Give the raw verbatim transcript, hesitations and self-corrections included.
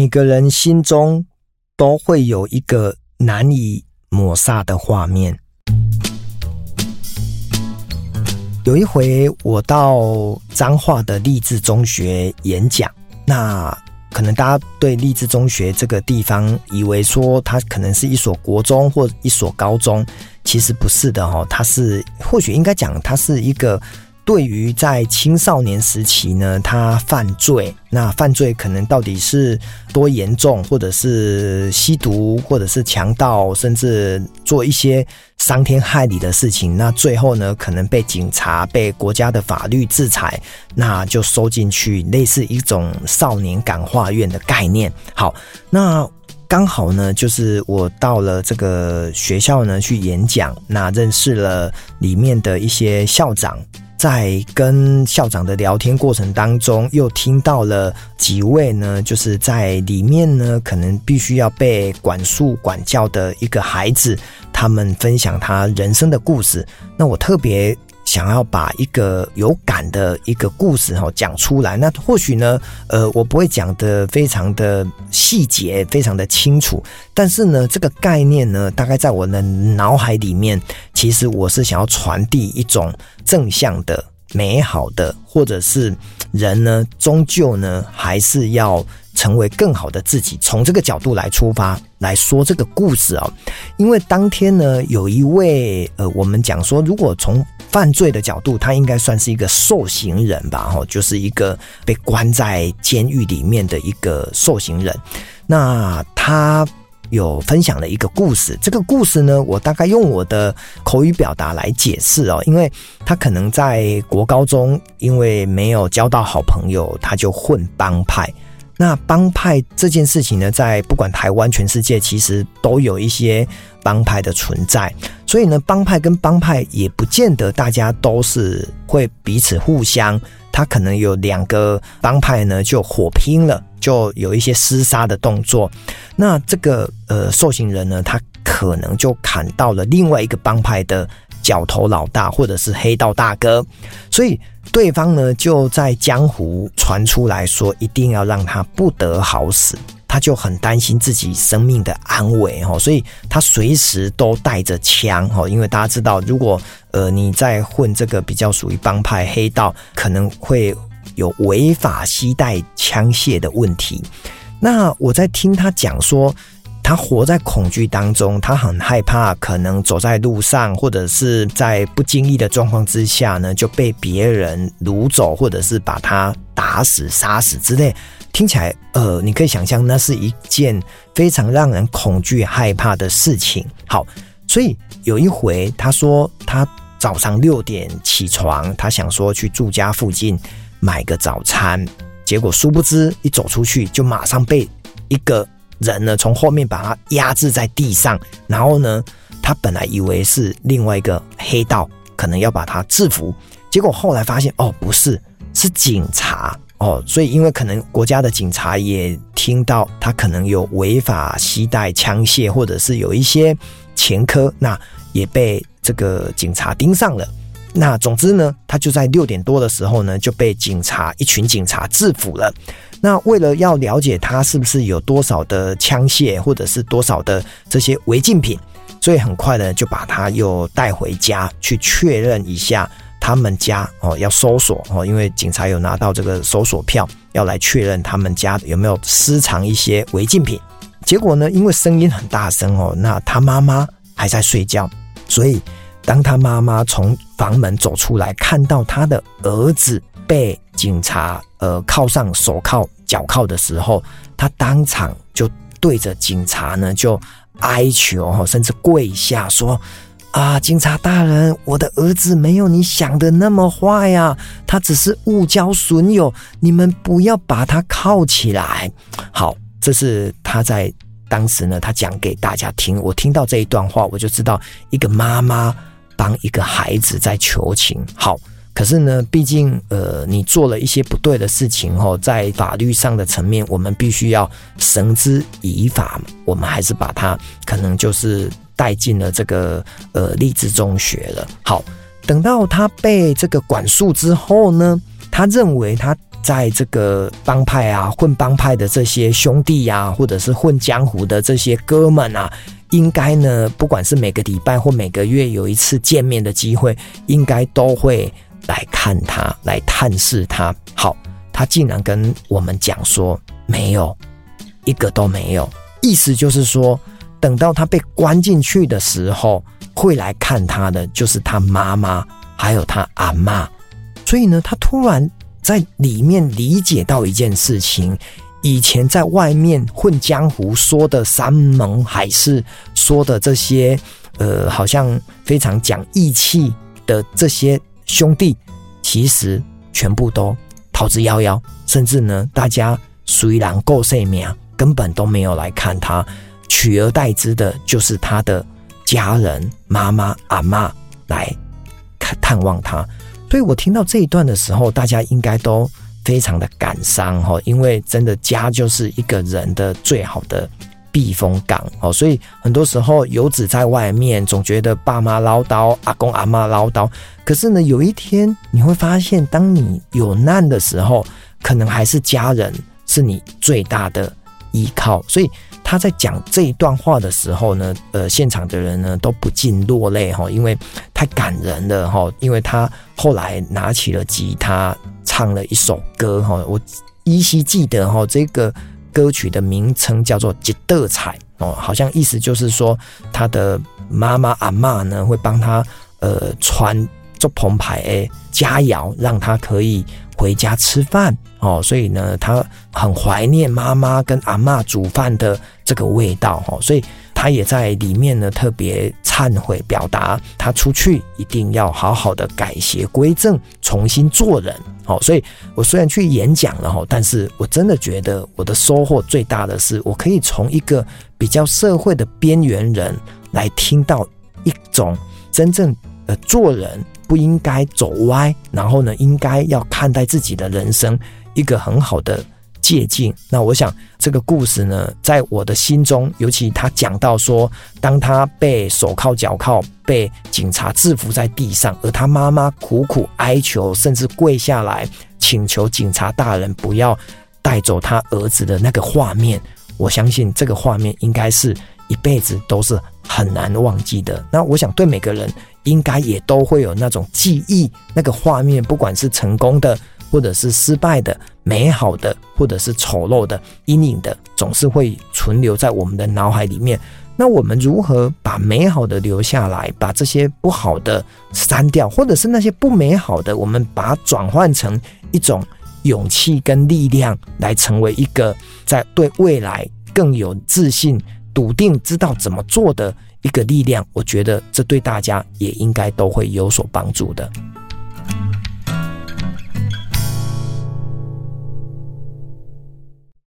每个人心中都会有一个难以抹煞的画面。有一回我到彰化的励志中学演讲，那可能大家对励志中学这个地方以为说它可能是一所国中或一所高中，其实不是的齁，它是或许应该讲它是一个对于在青少年时期呢，他犯罪，那犯罪可能到底是多严重，或者是吸毒，或者是强盗，甚至做一些伤天害理的事情，那最后呢，可能被警察、被国家的法律制裁，那就收进去，类似一种少年感化院的概念。好，那刚好呢，就是我到了这个学校呢去演讲，那认识了里面的一些校长。在跟校长的聊天过程当中，又听到了几位呢，就是在里面呢，可能必须要被管束管教的一个孩子，他们分享他人生的故事。那我特别想要把一个有感的一个故事讲出来，那或许呢呃，我不会讲得非常的细节，非常的清楚，但是呢这个概念呢大概在我的脑海里面，其实我是想要传递一种正向的美好的，或者是人呢终究呢还是要成为更好的自己，从这个角度来出发来说这个故事哦。因为当天呢有一位呃，我们讲说如果从犯罪的角度，他应该算是一个受刑人吧，就是一个被关在监狱里面的一个受刑人。那他有分享了一个故事，这个故事呢我大概用我的口语表达来解释哦，因为他可能在国高中因为没有交到好朋友，他就混帮派。那帮派这件事情呢，在不管台湾全世界其实都有一些帮派的存在，所以呢帮派跟帮派也不见得大家都是会彼此互相，他可能有两个帮派呢就火拼了，就有一些厮杀的动作。那这个呃受刑人呢，他可能就砍到了另外一个帮派的角头老大或者是黑道大哥，所以对方呢就在江湖传出来说一定要让他不得好死，他就很担心自己生命的安危，所以他随时都带着枪，因为大家知道如果呃你在混这个比较属于帮派黑道，可能会有违法携带枪械的问题。那我在听他讲说他活在恐惧当中，他很害怕可能走在路上或者是在不经意的状况之下呢就被别人掳走，或者是把他打死杀死之类，听起来呃，你可以想象那是一件非常让人恐惧害怕的事情。好，所以有一回他说他早上六点起床，他想说去住家附近买个早餐，结果殊不知一走出去就马上被一个人呢从后面把他压制在地上，然后呢他本来以为是另外一个黑道可能要把他制服，结果后来发现哦不是，是警察哦，所以因为可能国家的警察也听到他可能有违法携带枪械或者是有一些前科，那也被这个警察盯上了。那总之呢他就在六点多的时候呢就被警察一群警察制服了。那为了要了解他是不是有多少的枪械或者是多少的这些违禁品，所以很快的就把他又带回家去确认一下他们家哦要搜索哦，因为警察有拿到这个搜索票，要来确认他们家有没有私藏一些违禁品。结果呢因为声音很大声哦，那他妈妈还在睡觉，所以当他妈妈从房门走出来，看到他的儿子被警察呃铐上手铐脚铐的时候，他当场就对着警察呢就哀求，甚至跪下说啊，警察大人，我的儿子没有你想的那么坏啊，他只是误交损友，你们不要把他铐起来。好，这是他在当时呢他讲给大家听，我听到这一段话我就知道一个妈妈帮一个孩子在求情。好，可是呢毕竟呃你做了一些不对的事情后，在法律上的层面我们必须要绳之以法，我们还是把他可能就是带进了这个呃励志中学了。好，等到他被这个管束之后呢，他认为他在这个帮派啊混帮派的这些兄弟啊，或者是混江湖的这些哥们啊，应该呢不管是每个礼拜或每个月有一次见面的机会，应该都会来看他，来探视他。好，他竟然跟我们讲说没有，一个都没有。意思就是说，等到他被关进去的时候，会来看他的就是他妈妈还有他阿嬷。所以呢，他突然在里面理解到一件事情，以前在外面混江湖说的山盟海誓，说的这些呃，好像非常讲义气的这些兄弟，其实全部都逃之夭夭，甚至呢，大家虽然够性命，根本都没有来看他，取而代之的就是他的家人妈妈阿嬷来探望他。所以我听到这一段的时候，大家应该都非常的感伤，因为真的家就是一个人的最好的避风港，所以很多时候游子在外面总觉得爸妈唠叨，阿公阿嬷唠叨，可是呢，有一天你会发现，当你有难的时候，可能还是家人是你最大的依靠。所以他在讲这一段话的时候呢，呃，现场的人呢都不禁落泪，因为太感人了，因为他后来拿起了吉他唱了一首歌，我依稀记得这个歌曲的名称叫做《一道菜》，好像意思就是说他的妈妈阿嬷呢会帮他呃传做澎湃的佳肴，让他可以回家吃饭，哦，所以呢他很怀念妈妈跟阿嬷煮饭的这个味道，哦，所以他也在里面呢特别忏悔，表达他出去一定要好好的改邪归正，重新做人。好，所以我虽然去演讲了，但是我真的觉得我的收获最大的是，我可以从一个比较社会的边缘人来听到一种真正呃做人不应该走歪，然后呢应该要看待自己的人生一个很好的借鉴。那我想这个故事呢，在我的心中，尤其他讲到说，当他被手铐脚铐被警察制服在地上，而他妈妈苦苦哀求，甚至跪下来请求警察大人不要带走他儿子的那个画面，我相信这个画面应该是一辈子都是很难忘记的。那我想对每个人应该也都会有那种记忆，那个画面不管是成功的或者是失败的，美好的或者是丑陋的，阴影的，总是会存留在我们的脑海里面。那我们如何把美好的留下来，把这些不好的删掉，或者是那些不美好的，我们把它转换成一种勇气跟力量，来成为一个在对未来更有自信、笃定知道怎么做的一个力量，我觉得这对大家也应该都会有所帮助的。